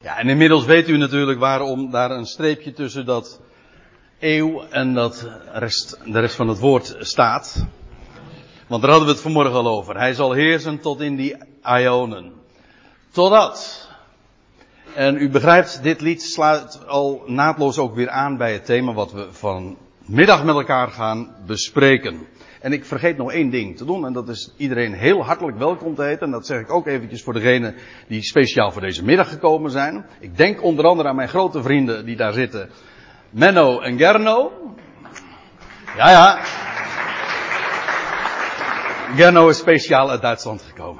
Ja, en inmiddels weet u natuurlijk waarom daar een streepje tussen dat eeuw en de rest van het woord staat. Want daar hadden we het vanmorgen al over. Hij zal heersen tot in die aionen. Totdat. En u begrijpt, dit lied sluit al naadloos ook weer aan bij het thema wat we vanmiddag met elkaar gaan bespreken. En ik vergeet nog één ding te doen en dat is iedereen heel hartelijk welkom te heten. En dat zeg ik ook eventjes voor degenen die speciaal voor deze middag gekomen zijn. Ik denk onder andere aan mijn grote vrienden die daar zitten. Menno en Gerno. Ja. Gerno is speciaal uit Duitsland gekomen.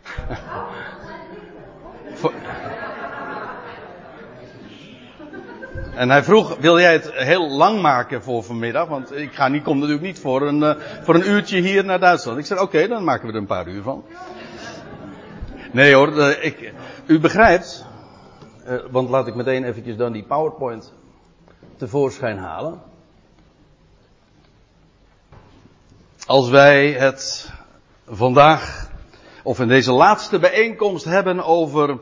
En hij vroeg, wil jij het heel lang maken voor vanmiddag? Want ik kom natuurlijk niet voor een uurtje hier naar Duitsland. Ik zei, oké, dan maken we er een paar uur van. Nee hoor, u begrijpt, want laat ik meteen eventjes dan die PowerPoint tevoorschijn halen. Als wij het vandaag, of in deze laatste bijeenkomst hebben over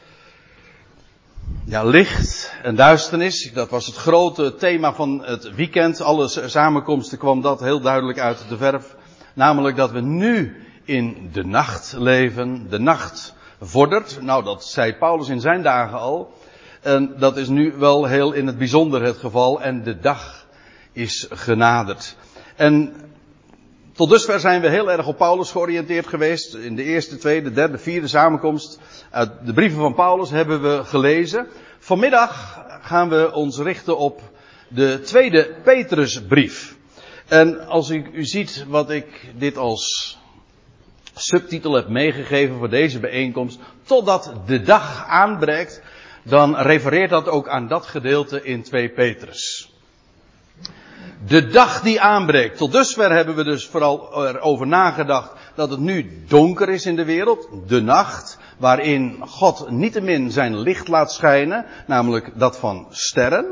licht en duisternis. Dat was het grote thema van het weekend. Alle samenkomsten kwam dat heel duidelijk uit de verf. Namelijk dat we nu in de nacht leven. De nacht vordert. Nou, dat zei Paulus in zijn dagen al. En dat is nu wel heel in het bijzonder het geval. En de dag is genaderd. En tot dusver zijn we heel erg op Paulus georiënteerd geweest. In de eerste, tweede, derde, vierde samenkomst uit de brieven van Paulus hebben we gelezen. Vanmiddag gaan we ons richten op de tweede Petrusbrief. En als u ziet wat ik dit als subtitel heb meegegeven voor deze bijeenkomst. Totdat de dag aanbreekt, dan refereert dat ook aan dat gedeelte in 2 Petrus. De dag die aanbreekt. Tot dusver hebben we dus vooral erover nagedacht dat het nu donker is in de wereld. De nacht, waarin God niettemin zijn licht laat schijnen. Namelijk dat van sterren.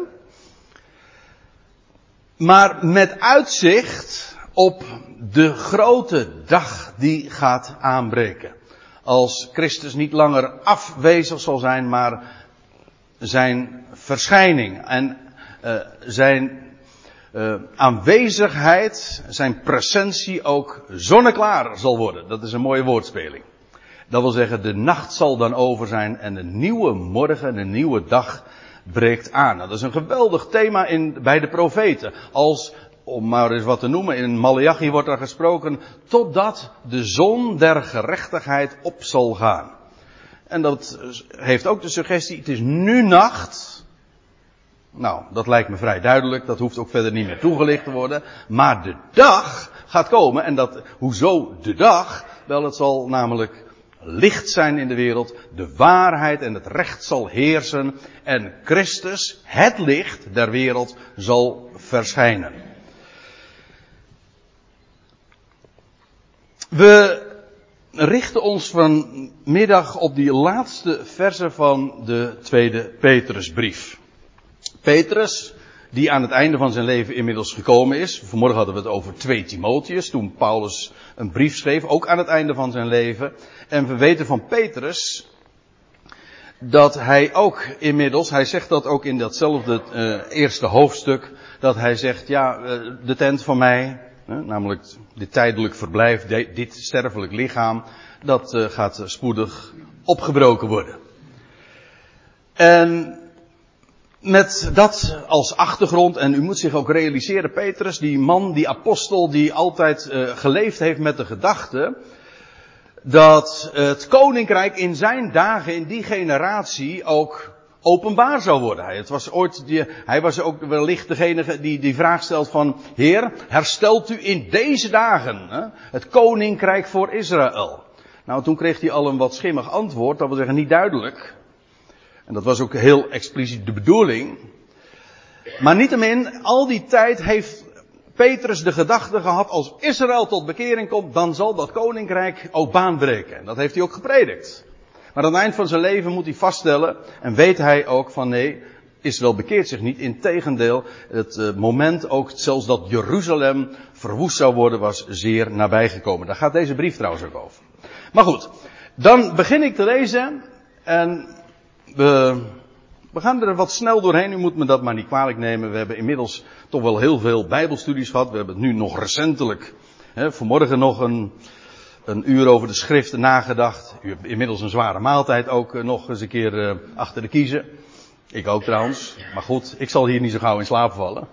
Maar met uitzicht op de grote dag die gaat aanbreken. Als Christus niet langer afwezig zal zijn, maar zijn verschijning en zijn aanwezigheid, zijn presentie ook zonneklaar zal worden. Dat is een mooie woordspeling. Dat wil zeggen, de nacht zal dan over zijn en een nieuwe morgen, een nieuwe dag breekt aan. Nou, dat is een geweldig thema bij de profeten. Om maar eens wat te noemen, in Maleachi wordt er gesproken, totdat de zon der gerechtigheid op zal gaan. En dat heeft ook de suggestie, het is nu nacht. Nou, dat lijkt me vrij duidelijk. Dat hoeft ook verder niet meer toegelicht te worden. Maar de dag gaat komen. En hoezo de dag? Wel, het zal namelijk licht zijn in de wereld. De waarheid en het recht zal heersen. En Christus, het licht der wereld, zal verschijnen. We richten ons vanmiddag op die laatste versen van de tweede Petrusbrief. Petrus, die aan het einde van zijn leven inmiddels gekomen is. Vanmorgen hadden we het over 2 Timotheus, toen Paulus een brief schreef, ook aan het einde van zijn leven. En we weten van Petrus dat hij ook inmiddels, hij zegt dat ook in datzelfde eerste hoofdstuk, dat hij zegt, de tent van mij, namelijk dit tijdelijk verblijf, dit sterfelijk lichaam, dat gaat spoedig opgebroken worden. En met dat als achtergrond, en u moet zich ook realiseren, Petrus, die man, die apostel, die altijd geleefd heeft met de gedachte dat het koninkrijk in zijn dagen, in die generatie, ook openbaar zou worden. Hij was ook wellicht degene die die vraag stelt van, Heer, herstelt u in deze dagen het koninkrijk voor Israël? Nou, toen kreeg hij al een wat schimmig antwoord, dat wil zeggen niet duidelijk. En dat was ook heel expliciet de bedoeling. Maar niettemin, al die tijd heeft Petrus de gedachte gehad, als Israël tot bekering komt, dan zal dat koninkrijk ook baan breken. En dat heeft hij ook gepredikt. Maar aan het eind van zijn leven moet hij vaststellen, en weet hij ook van nee, Israël bekeert zich niet. Integendeel, het moment ook zelfs dat Jeruzalem verwoest zou worden, was zeer nabijgekomen. Daar gaat deze brief trouwens ook over. Maar goed, dan begin ik te lezen en we We gaan er wat snel doorheen, u moet me dat maar niet kwalijk nemen. We hebben inmiddels toch wel heel veel bijbelstudies gehad. We hebben het nu nog recentelijk, vanmorgen nog een uur over de schriften nagedacht. U hebt inmiddels een zware maaltijd ook nog eens een keer achter de kiezen. Ik ook trouwens. Maar goed, ik zal hier niet zo gauw in slaap vallen.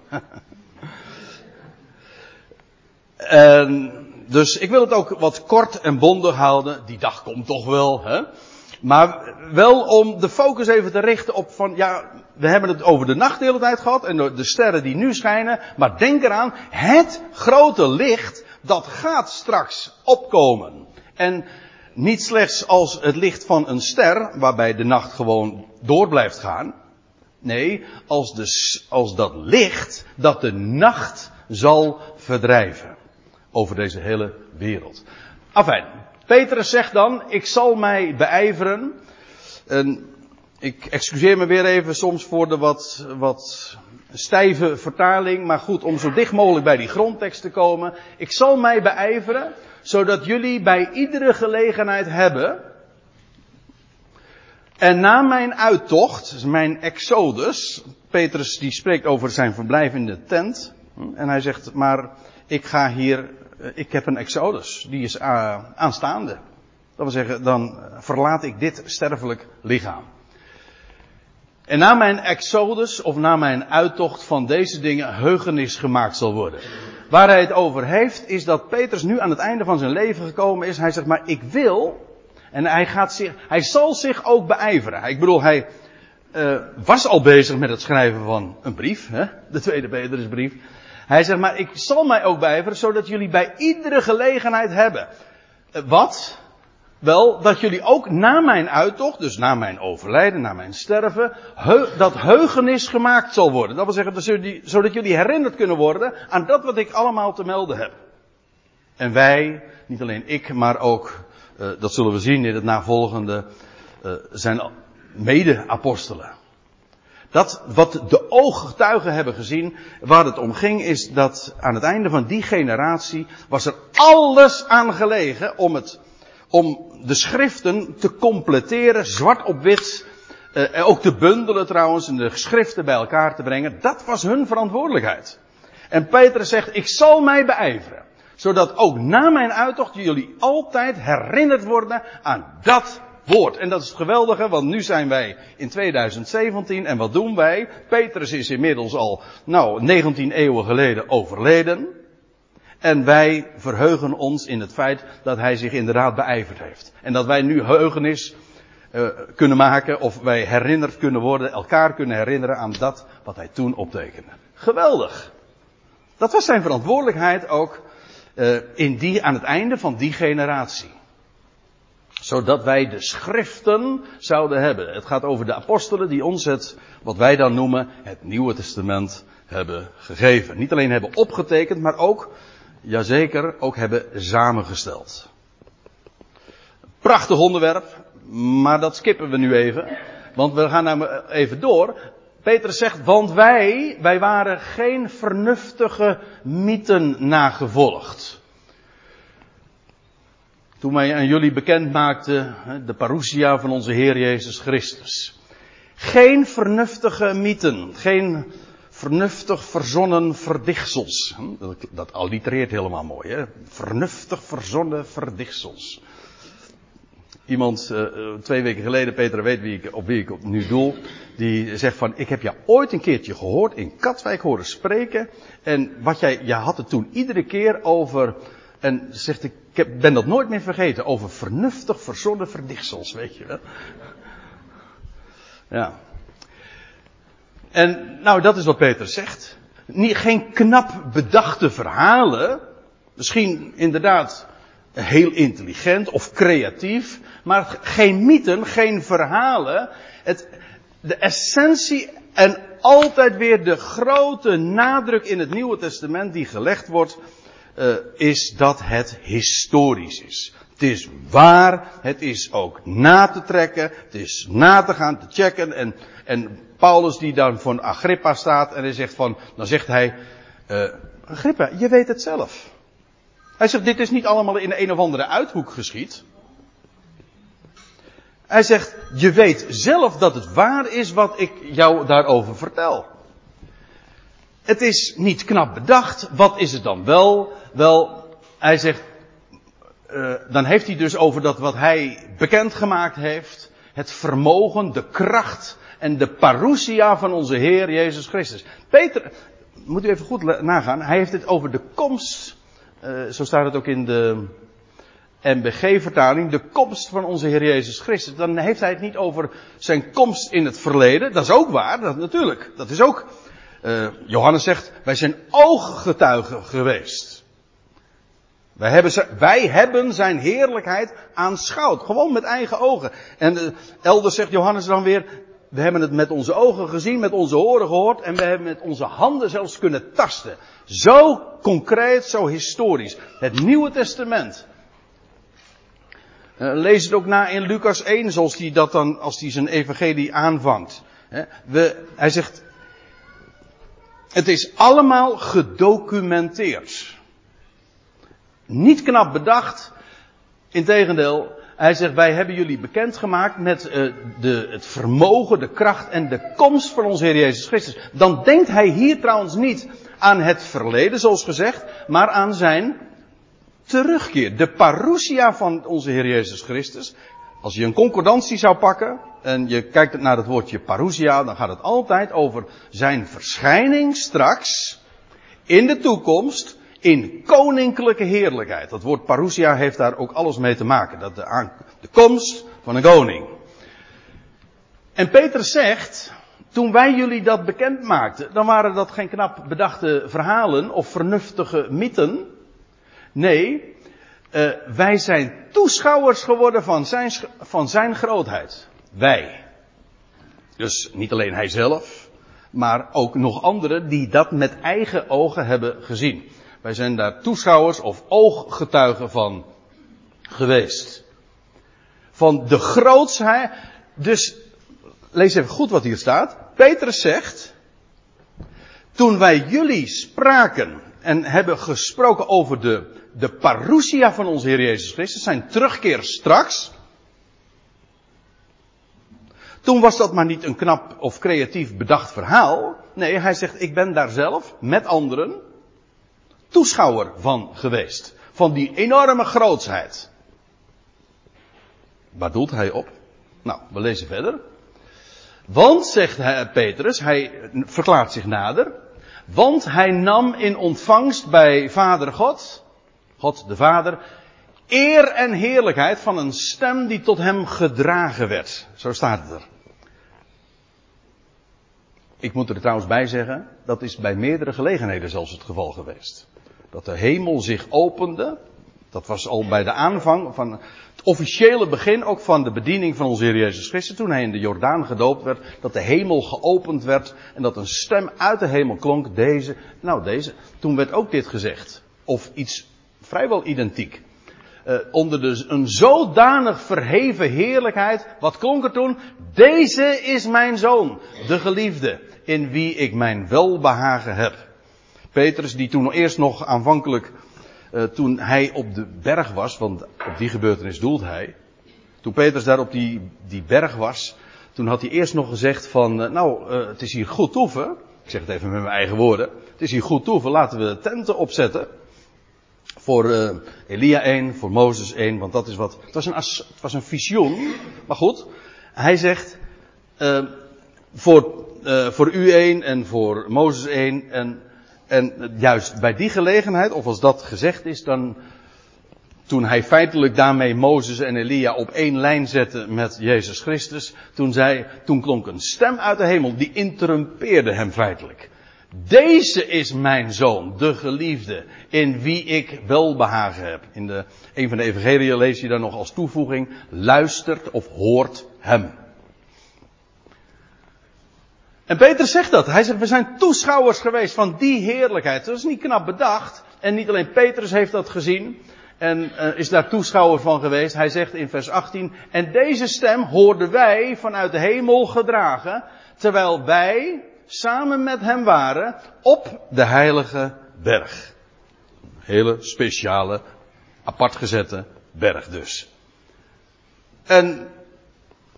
Dus ik wil het ook wat kort en bondig houden. Die dag komt toch wel, hè? Maar wel om de focus even te richten op van, ja, we hebben het over de nacht de hele tijd gehad en de sterren die nu schijnen. Maar denk eraan, het grote licht, dat gaat straks opkomen. En niet slechts als het licht van een ster, waarbij de nacht gewoon door blijft gaan. Nee, als dat licht dat de nacht zal verdrijven. Over deze hele wereld. Afijn, Petrus zegt dan, ik zal mij beijveren. En ik excuseer me weer even soms voor de wat stijve vertaling. Maar goed, om zo dicht mogelijk bij die grondtekst te komen. Ik zal mij beijveren, zodat jullie bij iedere gelegenheid hebben. En na mijn uittocht, mijn exodus. Petrus die spreekt over zijn verblijf in de tent. En hij zegt, maar ik heb een exodus, die is aanstaande. Dat wil zeggen, dan verlaat ik dit sterfelijk lichaam. En na mijn exodus, of na mijn uittocht van deze dingen, heugenis gemaakt zal worden. Waar hij het over heeft, is dat Petrus nu aan het einde van zijn leven gekomen is. Hij zegt, maar ik wil, en hij zal zich ook beijveren. Ik bedoel, hij was al bezig met het schrijven van een brief, hè? De tweede Petrusbrief. Hij zegt, maar ik zal mij ook beijveren, zodat jullie bij iedere gelegenheid hebben. Wat? Wel, dat jullie ook na mijn uittocht, dus na mijn overlijden, na mijn sterven, dat heugenis gemaakt zal worden. Dat wil zeggen, zodat jullie herinnerd kunnen worden aan dat wat ik allemaal te melden heb. En wij, niet alleen ik, maar ook, dat zullen we zien in het navolgende, zijn mede-apostelen. Dat wat de ooggetuigen hebben gezien, waar het om ging, is dat aan het einde van die generatie was er alles aan gelegen om de schriften te completeren, zwart op wit, ook te bundelen trouwens, en de schriften bij elkaar te brengen. Dat was hun verantwoordelijkheid. En Petrus zegt, ik zal mij beijveren, zodat ook na mijn uittocht jullie altijd herinnerd worden aan dat woord. En dat is het geweldige, want nu zijn wij in 2017 en wat doen wij? Petrus is inmiddels al, 19 eeuwen geleden overleden. En wij verheugen ons in het feit dat hij zich inderdaad beijverd heeft. En dat wij nu heugenis kunnen maken, of wij herinnerd kunnen worden, elkaar kunnen herinneren aan dat wat hij toen optekende. Geweldig. Dat was zijn verantwoordelijkheid ook aan het einde van die generatie. Zodat wij de schriften zouden hebben. Het gaat over de apostelen die ons wat wij dan noemen, het Nieuwe Testament hebben gegeven. Niet alleen hebben opgetekend, maar ook, jazeker, ook hebben samengesteld. Prachtig onderwerp, maar dat skippen we nu even. Want we gaan nou even door. Petrus zegt, want wij waren geen vernuftige mythen nagevolgd. Toen wij aan jullie bekend maakten de parousia van onze Heer Jezus Christus. Geen vernuftige mythen, geen vernuftig verzonnen verdichtsels. Dat allitereert helemaal mooi, hè? Vernuftig verzonnen verdichtsels. Iemand, 2 weken geleden, Peter weet op wie ik nu doel, die zegt van, ik heb jou ooit een keertje gehoord, in Katwijk horen spreken, en jij had het toen iedere keer over, en zegt ik ben dat nooit meer vergeten, over vernuftig verzonnen verdichtsels, weet je wel. Ja. En dat is wat Peter zegt. Geen knap bedachte verhalen, misschien inderdaad heel intelligent of creatief, maar geen mythen, geen verhalen. De essentie en altijd weer de grote nadruk in het Nieuwe Testament die gelegd wordt, is dat het historisch is. Het is waar, het is ook na te trekken, het is na te gaan, te checken. En Paulus die dan voor Agrippa staat en dan zegt hij, Agrippa, je weet het zelf. Hij zegt, dit is niet allemaal in een of andere uithoek geschied. Hij zegt, je weet zelf dat het waar is wat ik jou daarover vertel. Het is niet knap bedacht. Wat is het dan wel? Wel, hij zegt, dan heeft hij dus over dat wat hij bekendgemaakt heeft. Het vermogen, de kracht en de parousia van onze Heer Jezus Christus. Peter, moet u even goed nagaan. Hij heeft het over de komst. Zo staat het ook in de MBG-vertaling. De komst van onze Heer Jezus Christus. Dan heeft hij het niet over zijn komst in het verleden. Dat is ook waar, natuurlijk. Dat is ook. Johannes zegt, wij zijn ooggetuigen geweest. Wij hebben zijn heerlijkheid aanschouwd. Gewoon met eigen ogen. En elders zegt Johannes dan weer, we hebben het met onze ogen gezien, met onze oren gehoord. En we hebben met onze handen zelfs kunnen tasten. Zo concreet, zo historisch. Het Nieuwe Testament. Lees het ook na in Lucas 1, zoals hij dat dan, als hij zijn evangelie aanvangt. Hij zegt, het is allemaal gedocumenteerd. Niet knap bedacht. Integendeel, hij zegt, wij hebben jullie bekendgemaakt met het vermogen, de kracht en de komst van onze Heer Jezus Christus. Dan denkt hij hier trouwens niet aan het verleden, zoals gezegd, maar aan zijn terugkeer. De parousia van onze Heer Jezus Christus. Als je een concordantie zou pakken en je kijkt naar het woordje parousia, dan gaat het altijd over zijn verschijning straks in de toekomst in koninklijke heerlijkheid. Dat woord parousia heeft daar ook alles mee te maken. Dat de komst van een koning. En Petrus zegt, toen wij jullie dat bekend maakten, dan waren dat geen knap bedachte verhalen of vernuftige mythen. Nee, wij zijn toeschouwers geworden van zijn grootheid. Wij. Dus niet alleen hij zelf, maar ook nog anderen die dat met eigen ogen hebben gezien. Wij zijn daar toeschouwers of ooggetuigen van geweest. Van de grootsheid. Dus, lees even goed wat hier staat. Petrus zegt, toen wij jullie spraken en hebben gesproken over de parousia van onze Heer Jezus Christus, zijn terugkeer straks. Toen was dat maar niet een knap of creatief bedacht verhaal. Nee, hij zegt, ik ben daar zelf, met anderen, toeschouwer van geweest. Van die enorme grootsheid. Waar doelt hij op? Nou, we lezen verder. Want, zegt Petrus, hij verklaart zich nader. Want hij nam in ontvangst bij Vader God, God de Vader, eer en heerlijkheid van een stem die tot hem gedragen werd. Zo staat het er. Ik moet er trouwens bij zeggen, dat is bij meerdere gelegenheden zelfs het geval geweest. Dat de hemel zich opende. Dat was al bij de aanvang van het officiële begin ook van de bediening van onze Heer Jezus Christus. Toen hij in de Jordaan gedoopt werd. Dat de hemel geopend werd. En dat een stem uit de hemel klonk. Deze. Toen werd ook dit gezegd. Of iets vrijwel identiek. Onder een zodanig verheven heerlijkheid. Wat klonk er toen? Deze is mijn zoon. De geliefde. In wie ik mijn welbehagen heb. Petrus die toen eerst nog aanvankelijk, toen hij op de berg was, want op die gebeurtenis doelt hij. Toen Petrus daar op die berg was, toen had hij eerst nog gezegd van, het is hier goed toeven. Ik zeg het even met mijn eigen woorden. Het is hier goed toeven, laten we tenten opzetten. Voor Elia 1, voor Mozes 1, want dat is wat, het was een visioen. Maar goed, hij zegt, voor u 1 en voor Mozes 1 en juist bij die gelegenheid, of als dat gezegd is, dan toen hij feitelijk daarmee Mozes en Elia op één lijn zette met Jezus Christus, toen klonk een stem uit de hemel, die interrumpeerde hem feitelijk. Deze is mijn zoon, de geliefde, in wie ik welbehagen heb. In een van de evangeliën lees je dan nog als toevoeging, luistert of hoort hem. En Petrus zegt dat. Hij zegt, we zijn toeschouwers geweest van die heerlijkheid. Dat is niet knap bedacht. En niet alleen Petrus heeft dat gezien. En is daar toeschouwer van geweest. Hij zegt in vers 18. En deze stem hoorden wij vanuit de hemel gedragen. Terwijl wij samen met hem waren op de heilige berg. Een hele speciale, apart gezette berg dus. En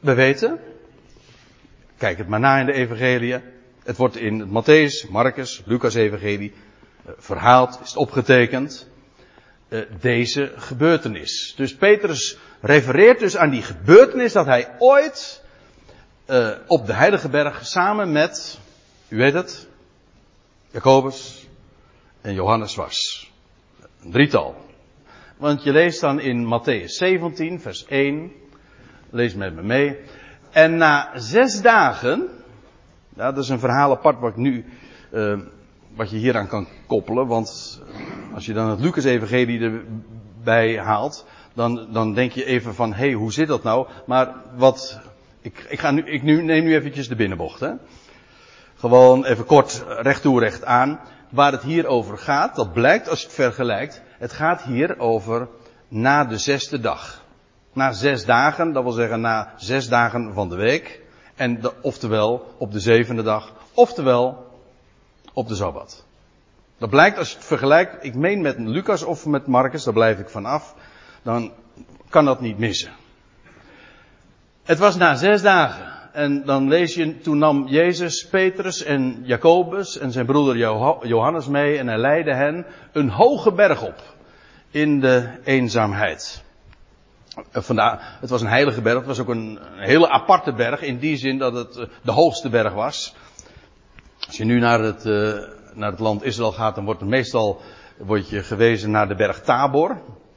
We weten, kijk het maar na in de evangeliën. Het wordt in het Matthäus, Marcus, Lucas evangelie verhaald, is het opgetekend. Deze gebeurtenis. Dus Petrus refereert dus aan die gebeurtenis dat hij ooit op de Heilige Berg samen met, u weet het, Jacobus en Johannes was. Een drietal. Want je leest dan in Matthäus 17, vers 1, lees met me mee. En na 6 dagen, dat is een verhaal apart wat je hieraan kan koppelen, want als je dan het Lucas-evangelie erbij haalt, dan denk je even van, hé, hoe zit dat nou? Maar ik neem nu eventjes de binnenbocht, hè. Gewoon even kort, recht toe, recht aan. Waar het hier over gaat, dat blijkt als je het vergelijkt, het gaat hier over na de 6e dag. Na 6 dagen, dat wil zeggen na 6 dagen van de week. En oftewel op de 7e dag, oftewel op de Sabbat. Dat blijkt als je het vergelijkt, ik meen met Lucas of met Marcus, daar blijf ik vanaf, dan kan dat niet missen. Het was na 6 dagen. En dan lees je, toen nam Jezus Petrus en Jacobus en zijn broeder Johannes mee en hij leidde hen een hoge berg op in de eenzaamheid. Het was een heilige berg, het was ook een hele aparte berg in die zin dat het de hoogste berg was. Als je nu naar het land Israël gaat, dan word je gewezen naar de berg Tabor,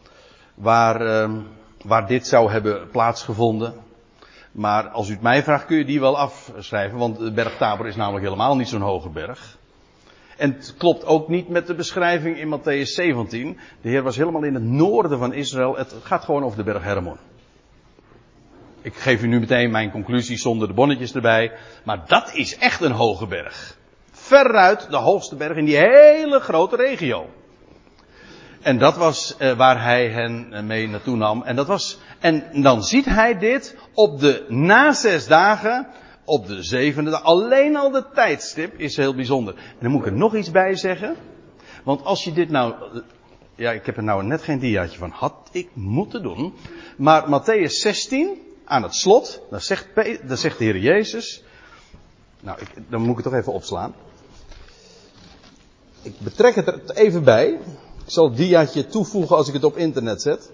waar dit zou hebben plaatsgevonden. Maar als u het mij vraagt, kun je die wel afschrijven, want de berg Tabor is namelijk helemaal niet zo'n hoge berg. En het klopt ook niet met de beschrijving in Matthäus 17. De Heer was helemaal in het noorden van Israël. Het gaat gewoon over de berg Hermon. Ik geef u nu meteen mijn conclusie zonder de bonnetjes erbij. Maar dat is echt een hoge berg. Veruit de hoogste berg in die hele grote regio. En dat was waar hij hen mee naartoe nam. En dan ziet hij dit na 6 dagen, op de 7e dag. Alleen al de tijdstip is heel bijzonder. En dan moet ik er nog iets bij zeggen. Want als je dit nou, ja, ik heb er nou net geen diaatje van, had ik moeten doen. Maar Matthäus 16, aan het slot, daar zegt de Heer Jezus. Nou, dan moet ik het toch even opslaan. Ik betrek het er even bij. Ik zal het diaatje toevoegen als ik het op internet zet.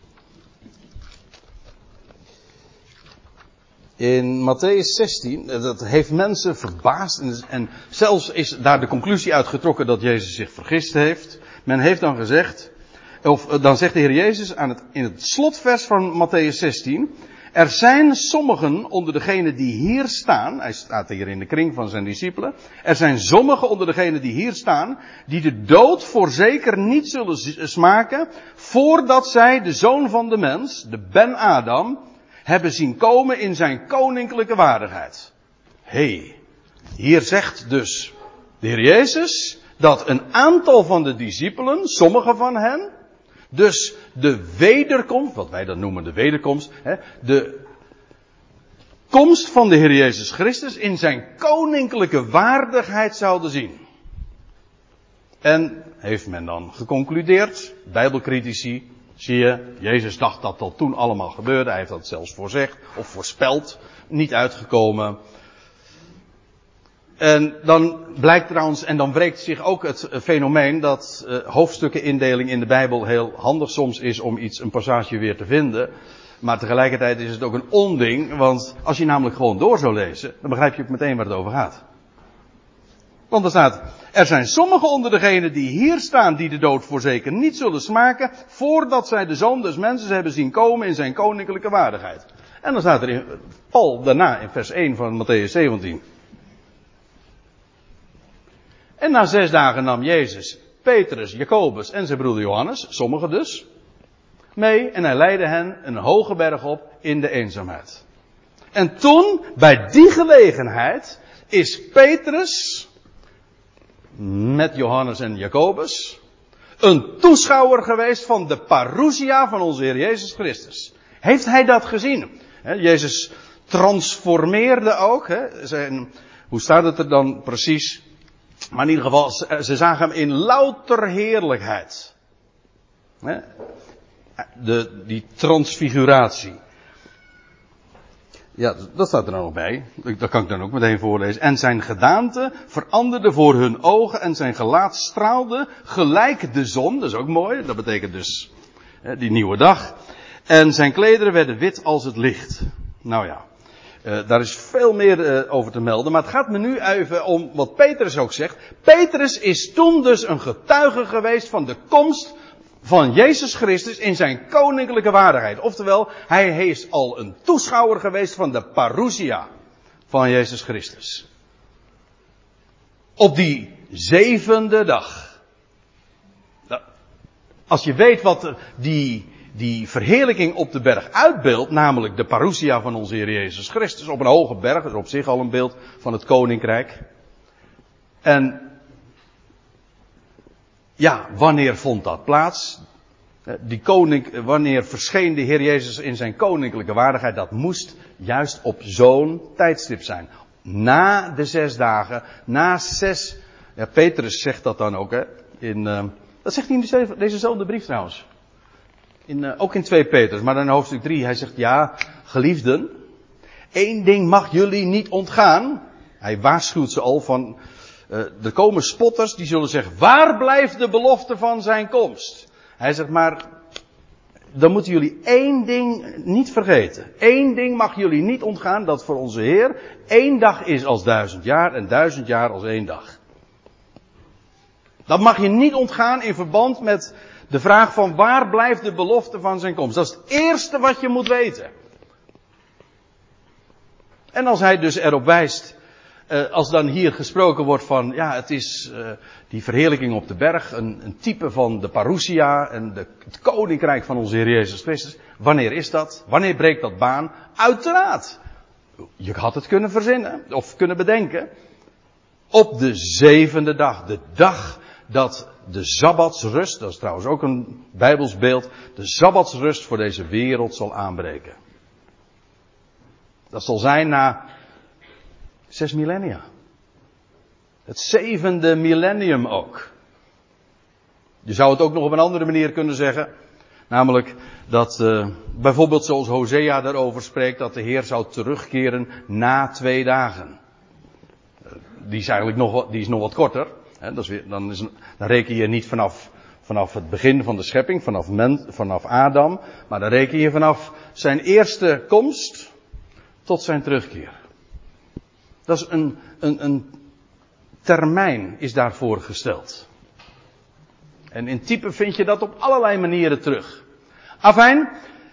In Matthäus 16, dat heeft mensen verbaasd. En zelfs is daar de conclusie uitgetrokken dat Jezus zich vergist heeft. Men heeft dan gezegd, dan zegt de Heer Jezus in het slotvers van Matthäus 16. Er zijn sommigen onder degenen die hier staan. Hij staat hier in de kring van zijn discipelen. Er zijn sommigen onder degenen die hier staan. Die de dood voorzeker niet zullen smaken. Voordat zij de zoon van de mens, de Ben Adam, hebben zien komen in zijn koninklijke waardigheid. Hier zegt dus de Heer Jezus dat een aantal van de discipelen, sommige van hen, dus de wederkomst, wat wij dan noemen de wederkomst, de komst van de Heer Jezus Christus in zijn koninklijke waardigheid zouden zien. En heeft men dan geconcludeerd, bijbelcritici, zie je, Jezus dacht dat dat toen allemaal gebeurde, hij heeft dat zelfs voorzegd of voorspeld, niet uitgekomen. En dan blijkt trouwens, en dan wreekt zich ook het fenomeen dat hoofdstukken-indeling in de Bijbel heel handig soms is om een passage weer te vinden. Maar tegelijkertijd is het ook een onding, want als je namelijk gewoon door zou lezen, dan begrijp je ook meteen waar het over gaat. Want er staat, er zijn sommigen onder degenen die hier staan die de dood voorzeker niet zullen smaken, voordat zij de Zoon des Mensen hebben zien komen in zijn koninklijke waardigheid. En dan staat er Paul daarna in vers 1 van Matthäus 17. En na 6 dagen nam Jezus Petrus, Jacobus en zijn broeder Johannes, sommigen dus, mee en hij leidde hen een hoge berg op in de eenzaamheid. En toen, bij die gelegenheid, is Petrus met Johannes en Jacobus een toeschouwer geweest van de parousia van onze Heer Jezus Christus. Heeft hij dat gezien? Jezus transformeerde ook. Hoe staat het er dan precies? Maar in ieder geval, ze zagen hem in louter heerlijkheid. Die transfiguratie. Ja, dat staat er dan nog bij. Dat kan ik dan ook meteen voorlezen. En zijn gedaante veranderde voor hun ogen en zijn gelaat straalde gelijk de zon. Dat is ook mooi. Dat betekent dus die nieuwe dag. En zijn klederen werden wit als het licht. Nou ja, daar is veel meer over te melden. Maar het gaat me nu even om wat Petrus ook zegt. Petrus is toen dus een getuige geweest van de komst van Jezus Christus in zijn koninklijke waardigheid. Oftewel, hij is al een toeschouwer geweest van de parousia van Jezus Christus. Op die 7e dag. Nou, als je weet wat die verheerlijking op de berg uitbeeldt, namelijk de parousia van onze Heer Jezus Christus op een hoge berg, dat is op zich al een beeld van het koninkrijk. En ja, wanneer vond dat plaats? Wanneer verscheen de Heer Jezus in zijn koninklijke waardigheid? Dat moest juist op zo'n tijdstip zijn. Na de 6 dagen, na 6... Ja, Petrus zegt dat dan ook, hè. Dat zegt hij in dezezelfde brief trouwens. Ook in 2 Petrus, maar dan in hoofdstuk 3. Hij zegt, ja, geliefden, 1 ding mag jullie niet ontgaan. Hij waarschuwt ze al van... er komen spotters die zullen zeggen, waar blijft de belofte van zijn komst? Hij zegt, maar dan moeten jullie 1 ding niet vergeten. 1 ding mag jullie niet ontgaan, dat voor onze Heer 1 dag is als 1000 jaar en 1000 jaar als 1 dag. Dat mag je niet ontgaan in verband met de vraag van waar blijft de belofte van zijn komst. Dat is het eerste wat je moet weten. En als hij dus erop wijst, als dan hier gesproken wordt van, ja, het is die verheerlijking op de berg, een type van de parousia en het koninkrijk van onze Heer Jezus Christus. Wanneer is dat? Wanneer breekt dat baan? Uiteraard. Je had het kunnen verzinnen, of kunnen bedenken. Op de 7e dag, de dag dat de Sabbatsrust, dat is trouwens ook een Bijbels beeld, de Sabbatsrust voor deze wereld zal aanbreken. Dat zal zijn na 6 millennia. Het 7e millennium ook. Je zou het ook nog op een andere manier kunnen zeggen. Namelijk dat bijvoorbeeld zoals Hosea daarover spreekt, dat de Heer zou terugkeren na 2 dagen. Die is eigenlijk nog wat korter. Hè, dat is weer, dan reken je niet vanaf het begin van de schepping, vanaf Adam. Maar dan reken je vanaf zijn eerste komst tot zijn terugkeer. Dat is een termijn is daarvoor gesteld. En in type vind je dat op allerlei manieren terug. Afijn,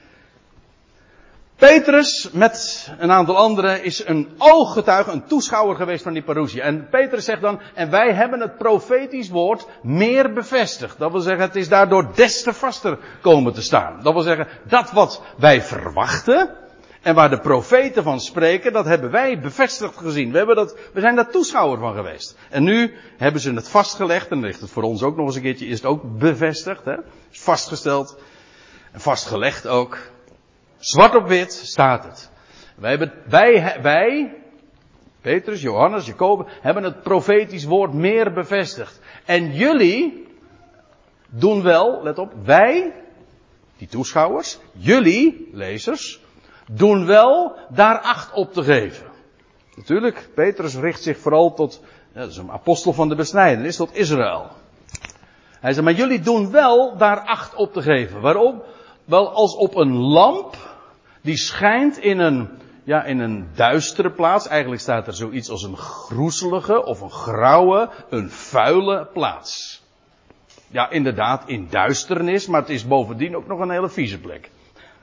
Petrus met een aantal anderen is een ooggetuige, een toeschouwer geweest van die parousia. En Petrus zegt dan, en wij hebben het profetisch woord meer bevestigd. Dat wil zeggen, het is daardoor des te vaster komen te staan. Dat wil zeggen, dat wat wij verwachten en waar de profeten van spreken, dat hebben wij bevestigd gezien. We zijn daar toeschouwer van geweest. En nu hebben ze het vastgelegd, en dan ligt het voor ons ook nog eens een keertje, is het ook bevestigd, hè? Is vastgesteld en vastgelegd ook. Zwart op wit staat het. Wij, Petrus, Johannes, Jacobus, hebben het profetisch woord meer bevestigd. En jullie doen wel, let op, wij, die toeschouwers, jullie, lezers, doen wel daar acht op te geven. Natuurlijk, Petrus richt zich vooral tot, dat is een apostel van de besnijdenis, tot Israël. Hij zegt, maar jullie doen wel daar acht op te geven. Waarom? Wel als op een lamp die schijnt in een duistere plaats. Eigenlijk staat er zoiets als een groezelige of een grauwe, een vuile plaats. Ja, inderdaad, in duisternis, maar het is bovendien ook nog een hele vieze plek.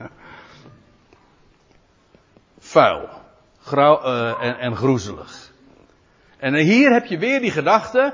Vuil, grauw en groezelig. En hier heb je weer die gedachte.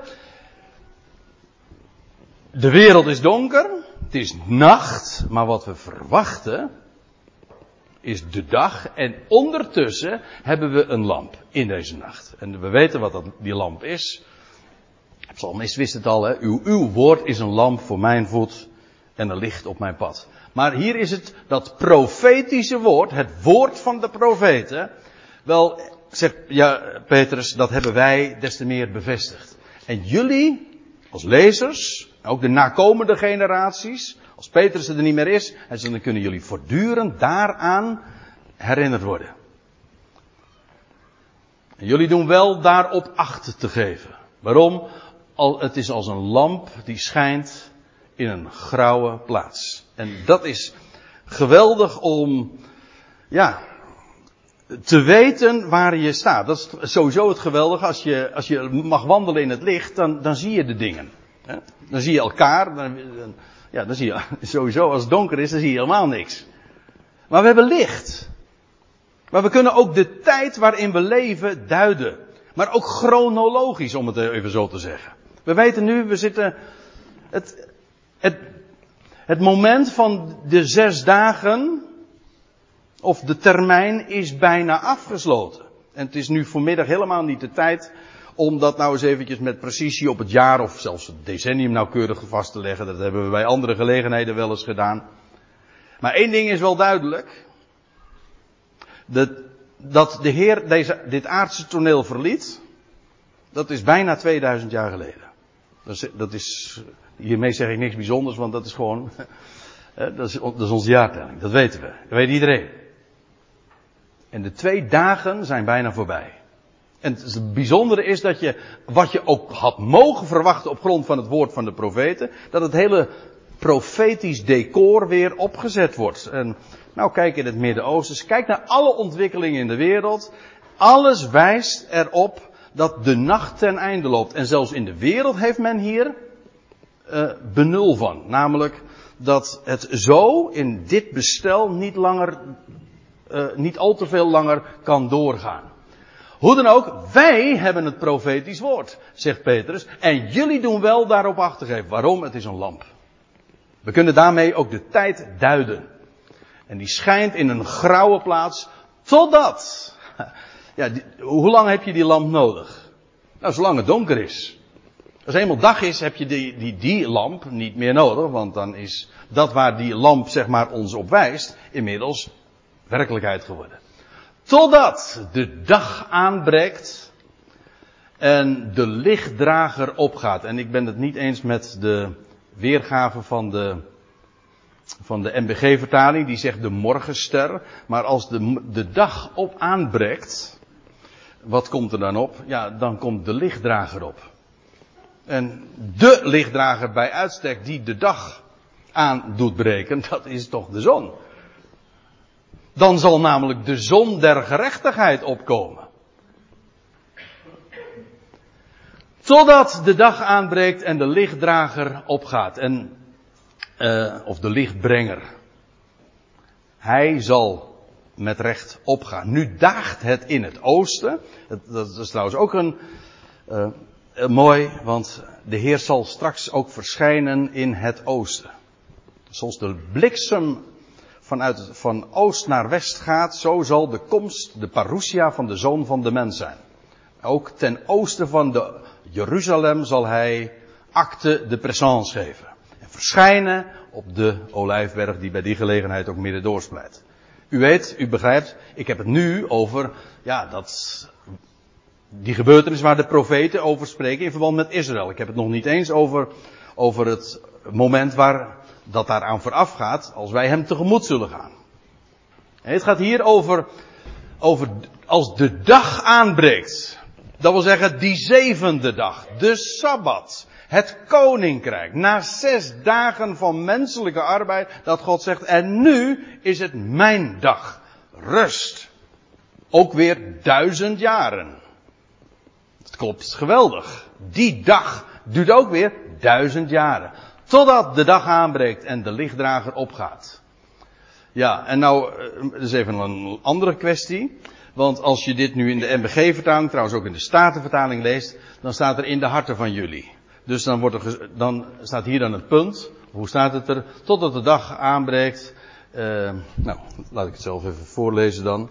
De wereld is donker, het is nacht, maar wat we verwachten is de dag. En ondertussen hebben we een lamp in deze nacht. En we weten wat die lamp is. De psalmist wist het al, hè? Uw woord is een lamp voor mijn voet en een licht op mijn pad. Maar hier is het dat profetische woord, het woord van de profeten. Wel, zegt Petrus, dat hebben wij des te meer bevestigd. En jullie, als lezers, ook de nakomende generaties, als Petrus er niet meer is, dan kunnen jullie voortdurend daaraan herinnerd worden. Jullie doen wel daarop acht te geven. Waarom? Het is als een lamp die schijnt in een grauwe plaats. En dat is geweldig om, te weten waar je staat. Dat is sowieso het geweldige. Als je mag wandelen in het licht, dan zie je de dingen. Dan zie je elkaar. Dan zie je sowieso, als het donker is, dan zie je helemaal niks. Maar we hebben licht. Maar we kunnen ook de tijd waarin we leven duiden. Maar ook chronologisch, om het even zo te zeggen. We weten nu, we zitten... Het moment van de 6 dagen, of de termijn, is bijna afgesloten. En het is nu vanmiddag helemaal niet de tijd om dat nou eens eventjes met precisie op het jaar of zelfs het decennium nauwkeurig vast te leggen. Dat hebben we bij andere gelegenheden wel eens gedaan. Maar één ding is wel duidelijk. Dat de Heer dit aardse toneel verliet, dat is bijna 2000 jaar geleden. Hiermee zeg ik niks bijzonders, want dat is gewoon, dat is onze jaartelling, dat weten we. Dat weet iedereen. En de 2 dagen zijn bijna voorbij. En het bijzondere is dat wat je ook had mogen verwachten op grond van het woord van de profeten, dat het hele profetisch decor weer opgezet wordt. En nou, kijk in het Midden-Oosten, kijk naar alle ontwikkelingen in de wereld. Alles wijst erop dat de nacht ten einde loopt. En zelfs in de wereld heeft men hier benul van. Namelijk dat het zo in dit bestel niet al te veel langer kan doorgaan. Hoe dan ook, wij hebben het profetisch woord, zegt Petrus. En jullie doen wel daarop acht te geven. Waarom? Het is een lamp. We kunnen daarmee ook de tijd duiden. En die schijnt in een grauwe plaats totdat... hoe lang heb je die lamp nodig? Nou, zolang het donker is. Als het eenmaal dag is, heb je die lamp niet meer nodig. Want dan is dat waar die lamp, zeg maar, ons op wijst, inmiddels werkelijkheid geworden. Totdat de dag aanbreekt en de lichtdrager opgaat. En ik ben het niet eens met de weergave van de MBG-vertaling. Die zegt de morgenster. Maar als de dag op aanbreekt, wat komt er dan op? Ja, dan komt de lichtdrager op. En de lichtdrager bij uitstek die de dag aan doet breken, dat is toch de zon. Dan zal namelijk de zon der gerechtigheid opkomen. Totdat de dag aanbreekt en de lichtdrager opgaat. Of de lichtbrenger. Hij zal met recht opgaan. Nu daagt het in het oosten. Dat is trouwens ook mooi, want de Heer zal straks ook verschijnen in het oosten. Zoals de bliksem van oost naar west gaat, zo zal de komst, de parousia van de Zoon van de Mens zijn. Ook ten oosten van de Jeruzalem zal hij acte de présence geven. En verschijnen op de Olijfberg die bij die gelegenheid ook midden doorsplijt. U weet, u begrijpt, ik heb het nu over, die gebeurtenis waar de profeten over spreken in verband met Israël. Ik heb het nog niet eens over het moment dat daaraan vooraf gaat, als wij hem tegemoet zullen gaan. En het gaat hier over als de dag aanbreekt. Dat wil zeggen die 7e dag, de Sabbat, het koninkrijk. Na 6 dagen van menselijke arbeid, dat God zegt, en nu is het mijn dag. Rust. Ook weer 1000 jaren. Het klopt geweldig. Die dag duurt ook weer 1000 jaren. Totdat de dag aanbreekt en de lichtdrager opgaat. Ja, en nou, dat is even een andere kwestie. Want als je dit nu in de MBG-vertaling, trouwens ook in de Statenvertaling leest, dan staat er in de harten van jullie. Dus dan staat hier dan het punt. Hoe staat het er? Totdat de dag aanbreekt. Nou, laat ik het zelf even voorlezen dan.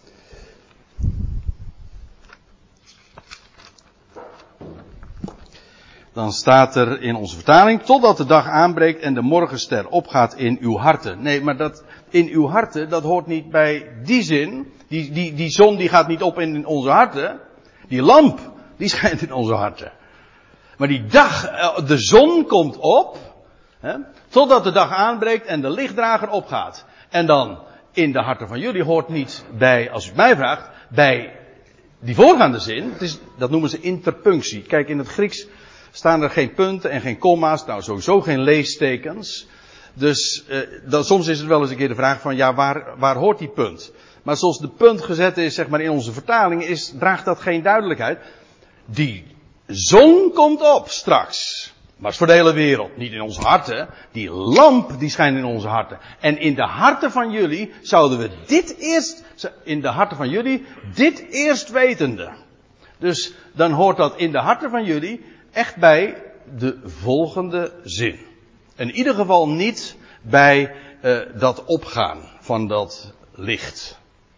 Dan staat er in onze vertaling, totdat de dag aanbreekt en de morgenster opgaat in uw harten. Nee, maar dat in uw harten, dat hoort niet bij die zin. Die zon die gaat niet op in onze harten. Die lamp, die schijnt in onze harten. Maar die dag, de zon komt op, totdat de dag aanbreekt en de lichtdrager opgaat. En dan in de harten van jullie hoort niet bij, als u mij vraagt, bij die voorgaande zin, dat noemen ze interpunctie. Kijk, in het Grieks staan er geen punten en geen komma's, nou sowieso geen leestekens. Dus soms is het wel eens een keer de vraag van, ja, waar hoort die punt? Maar zoals de punt gezet is, zeg maar, in onze vertaling, draagt dat geen duidelijkheid. Die zon komt op straks. Maar is voor de hele wereld, niet in onze harten. Die lamp, die schijnt in onze harten. En in de harten van jullie zouden we dit eerst wetende. Dus dan hoort dat in de harten van jullie echt bij de volgende zin. In ieder geval niet bij dat opgaan van dat licht.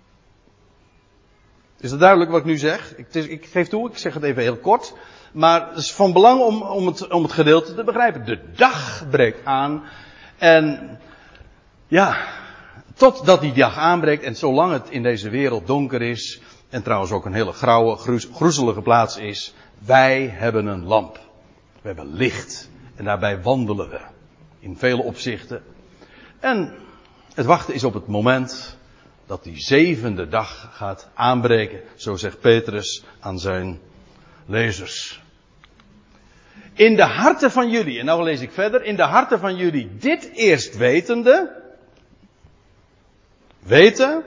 Is dat duidelijk wat ik nu zeg? Ik geef toe, ik zeg het even heel kort. Maar het is van belang om het gedeelte te begrijpen. De dag breekt aan. En ja, totdat die dag aanbreekt. En zolang het in deze wereld donker is. En trouwens ook een hele grauwe, groezelige plaats is. Wij hebben een lamp. We hebben licht. En daarbij wandelen we. In vele opzichten. En het wachten is op het moment dat die 7e dag gaat aanbreken. Zo zegt Petrus aan zijn lezers. In de harten van jullie, en nou lees ik verder, in de harten van jullie dit eerst wetende, weten,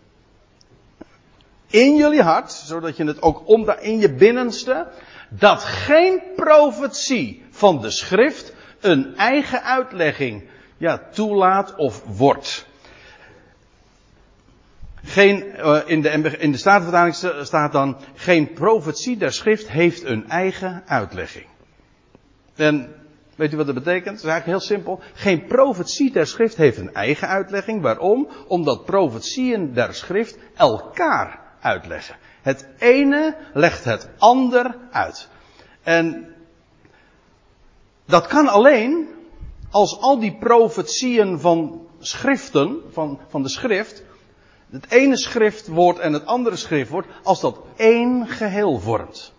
in jullie hart, zodat je het ook in je binnenste, dat geen profetie van de schrift een eigen uitlegging toelaat of wordt. In de Statenvertaling staat dan, geen profetie der schrift heeft een eigen uitlegging. En weet u wat dat betekent? Dat is eigenlijk heel simpel. Geen profetie der schrift heeft een eigen uitlegging. Waarom? Omdat profetieën der schrift elkaar uitleggen. Het ene legt het ander uit. En dat kan alleen als al die profetieën van schriften, van de schrift, het ene schriftwoord en het andere schriftwoord, als dat één geheel vormt.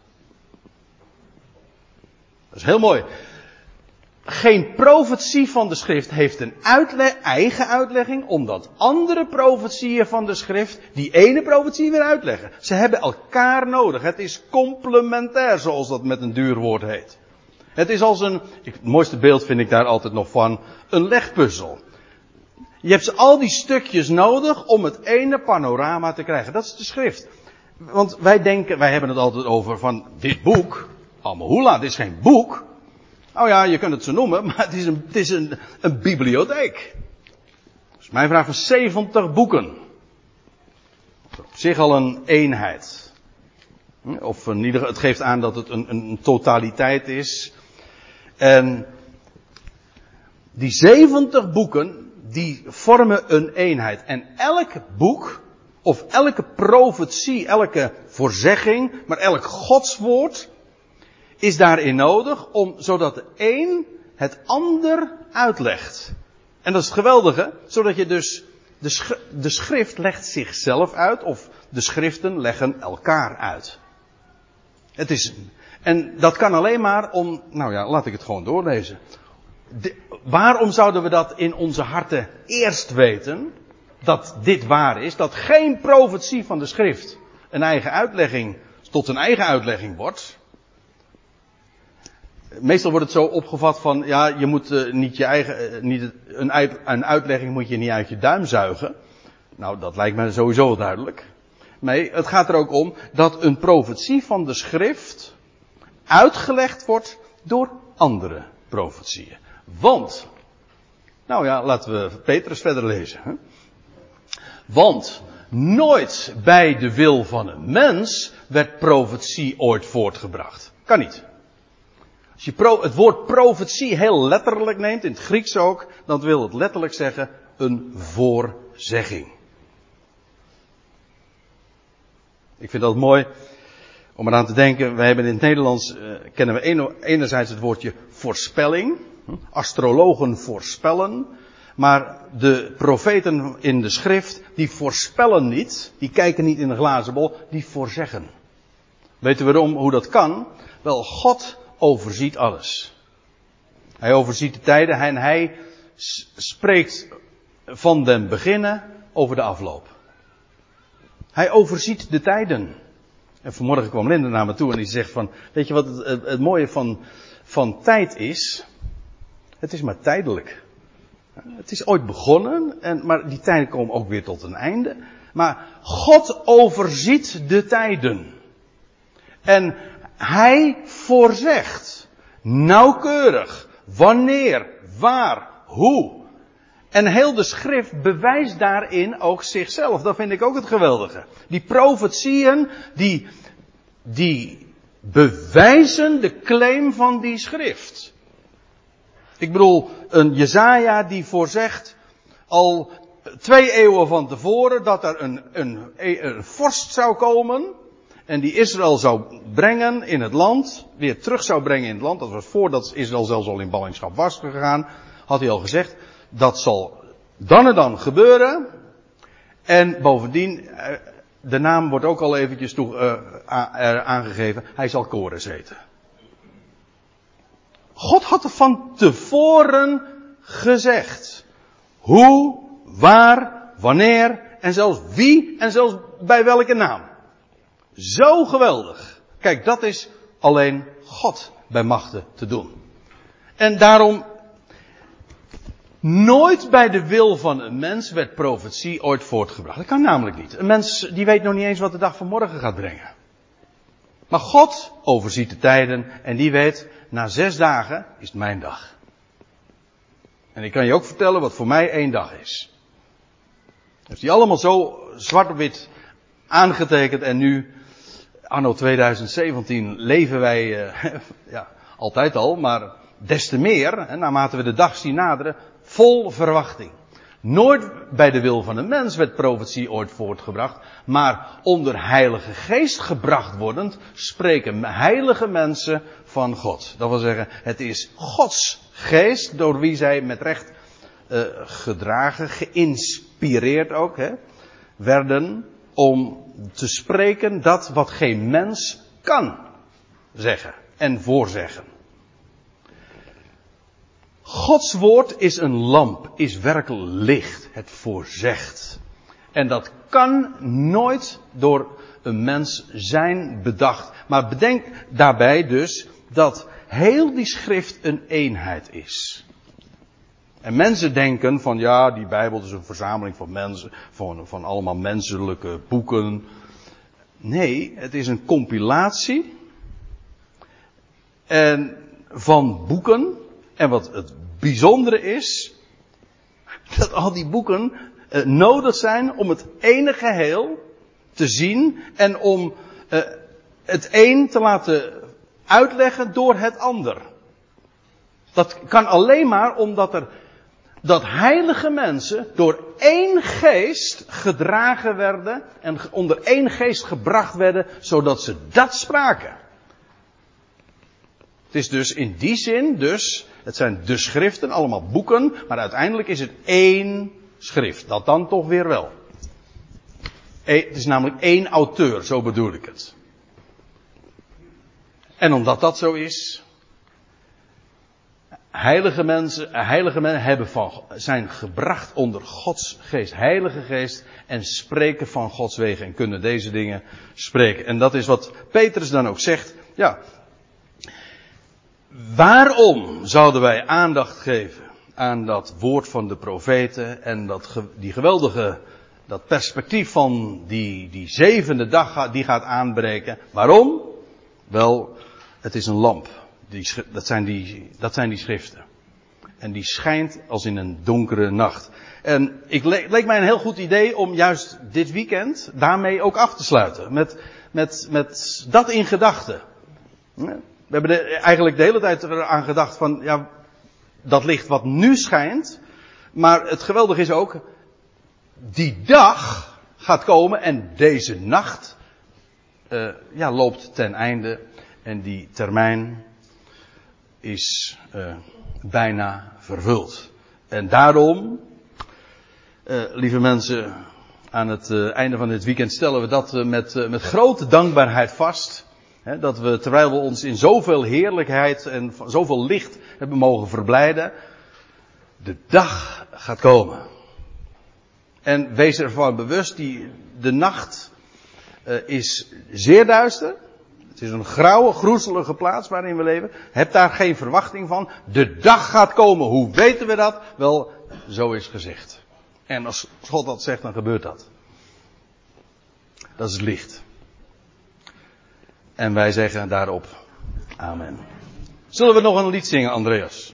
Dat is heel mooi. Geen profetie van de schrift heeft een eigen uitlegging, omdat andere profetieën van de schrift die ene profetie weer uitleggen. Ze hebben elkaar nodig. Het is complementair, zoals dat met een duur woord heet. Het is als het mooiste beeld vind ik daar altijd nog van, een legpuzzel. Je hebt al die stukjes nodig om het ene panorama te krijgen. Dat is de schrift. Want wij hebben het altijd over van dit boek. Amahula, dit is geen boek. Nou ja, je kunt het zo noemen, maar het is een bibliotheek. Dus mijn vraag van 70 boeken. Dat is op zich al een eenheid. Of in ieder geval, het geeft aan dat het een totaliteit is. En die 70 boeken, die vormen een eenheid. En elk boek, of elke profetie, elke voorzegging, maar elk godswoord, is daarin nodig, zodat de een het ander uitlegt. En dat is het geweldige, zodat je dus, de schrift legt zichzelf uit, of de schriften leggen elkaar uit. En dat kan alleen maar laat ik het gewoon doorlezen. Waarom zouden we dat in onze harten eerst weten, dat dit waar is, dat geen profetie van de schrift tot een eigen uitlegging wordt? Meestal wordt het zo opgevat van, ja, je moet een uitlegging moet je niet uit je duim zuigen. Nou, dat lijkt me sowieso duidelijk. Nee, het gaat er ook om dat een profetie van de schrift uitgelegd wordt door andere profetieën. Want, laten we Petrus verder lezen. Hè? Want nooit bij de wil van een mens werd profetie ooit voortgebracht. Kan niet. Als je het woord profetie heel letterlijk neemt, in het Grieks ook, dan wil het letterlijk zeggen een voorzegging. Ik vind dat mooi om eraan te denken. Wij hebben in het Nederlands, kennen we enerzijds het woordje voorspelling. Astrologen voorspellen. Maar de profeten in de schrift, die voorspellen niet. Die kijken niet in een glazen bol, die voorzeggen. Weten we hoe dat kan? Wel, God overziet alles. Hij overziet de tijden en hij spreekt van den beginnen over de afloop. Hij overziet de tijden. En vanmorgen kwam Linda naar me toe en die zegt van, weet je wat het mooie van tijd is? Het is maar tijdelijk. Het is ooit begonnen, maar die tijden komen ook weer tot een einde. Maar God overziet de tijden. En Hij voorzegt nauwkeurig wanneer, waar, hoe. En heel de schrift bewijst daarin ook zichzelf. Dat vind ik ook het geweldige. Die profetieën, die bewijzen de claim van die schrift. Ik bedoel, een Jesaja die voorzegt al 2 eeuwen van tevoren dat er een vorst zou komen. En die Israël zou brengen in het land. Weer terug zou brengen in het land. Dat was voordat Israël zelfs al in ballingschap was gegaan. Had hij al gezegd. Dat zal dan en dan gebeuren. En bovendien, de naam wordt ook al eventjes aangegeven. Hij zal Kores heten. God had er van tevoren gezegd. Hoe, waar, wanneer en zelfs wie en zelfs bij welke naam. Zo geweldig. Kijk, dat is alleen God bij machte te doen. En daarom, nooit bij de wil van een mens werd profetie ooit voortgebracht. Dat kan namelijk niet. Een mens die weet nog niet eens wat de dag van morgen gaat brengen. Maar God overziet de tijden en die weet, na 6 dagen is het mijn dag. En ik kan je ook vertellen wat voor mij 1 dag is. Dus die allemaal zo zwart op wit aangetekend en nu, anno 2017, leven wij, altijd al, maar des te meer, naarmate we de dag zien naderen, vol verwachting. Nooit bij de wil van een mens werd profetie ooit voortgebracht, maar onder Heilige Geest gebracht wordend, spreken heilige mensen van God. Dat wil zeggen, het is Gods Geest, door wie zij met recht gedragen, geïnspireerd ook, werden om te spreken dat wat geen mens kan zeggen en voorzeggen. Gods woord is een lamp, is werkelijk licht. Het voorzegt. En dat kan nooit door een mens zijn bedacht. Maar bedenk daarbij dus dat heel die schrift een eenheid is. En mensen denken van ja, die Bijbel is een verzameling van mensen, van allemaal menselijke boeken. Nee, het is een compilatie van boeken. En wat het bijzondere is, dat al die boeken nodig zijn om het ene geheel te zien en om het een te laten uitleggen door het ander. Dat kan alleen maar omdat dat heilige mensen door 1 geest gedragen werden en onder 1 geest gebracht werden, zodat ze dat spraken. Het is dus in die zin, het zijn de schriften, allemaal boeken, maar uiteindelijk is het 1 schrift. Dat dan toch weer wel. Het is namelijk 1 auteur, zo bedoel ik het. En omdat dat zo is, heilige mensen zijn gebracht onder Gods geest, heilige geest, en spreken van Gods wegen en kunnen deze dingen spreken. En dat is wat Petrus dan ook zegt, ja. Waarom zouden wij aandacht geven aan dat woord van de profeten en die geweldige, dat perspectief van die 7e dag die gaat aanbreken? Waarom? Wel, het is een lamp. Dat zijn die schriften. En die schijnt als in een donkere nacht. En het leek mij een heel goed idee om juist dit weekend daarmee ook af te sluiten. Met dat in gedachten. We hebben eigenlijk de hele tijd aan gedacht van, ja, dat licht wat nu schijnt. Maar het geweldige is ook, die dag gaat komen en deze nacht loopt ten einde. En die termijn is bijna vervuld. En daarom, lieve mensen, aan het einde van dit weekend stellen we dat met grote dankbaarheid vast. Dat we, terwijl we ons in zoveel heerlijkheid en zoveel licht hebben mogen verblijden, de dag gaat komen. En wees ervan bewust, de nacht is zeer duister. Het is een grauwe, groezelige plaats waarin we leven. Heb daar geen verwachting van. De dag gaat komen. Hoe weten we dat? Wel, zo is gezegd. En als God dat zegt, dan gebeurt dat. Dat is het licht. En wij zeggen daarop amen. Zullen we nog een lied zingen, Andreas?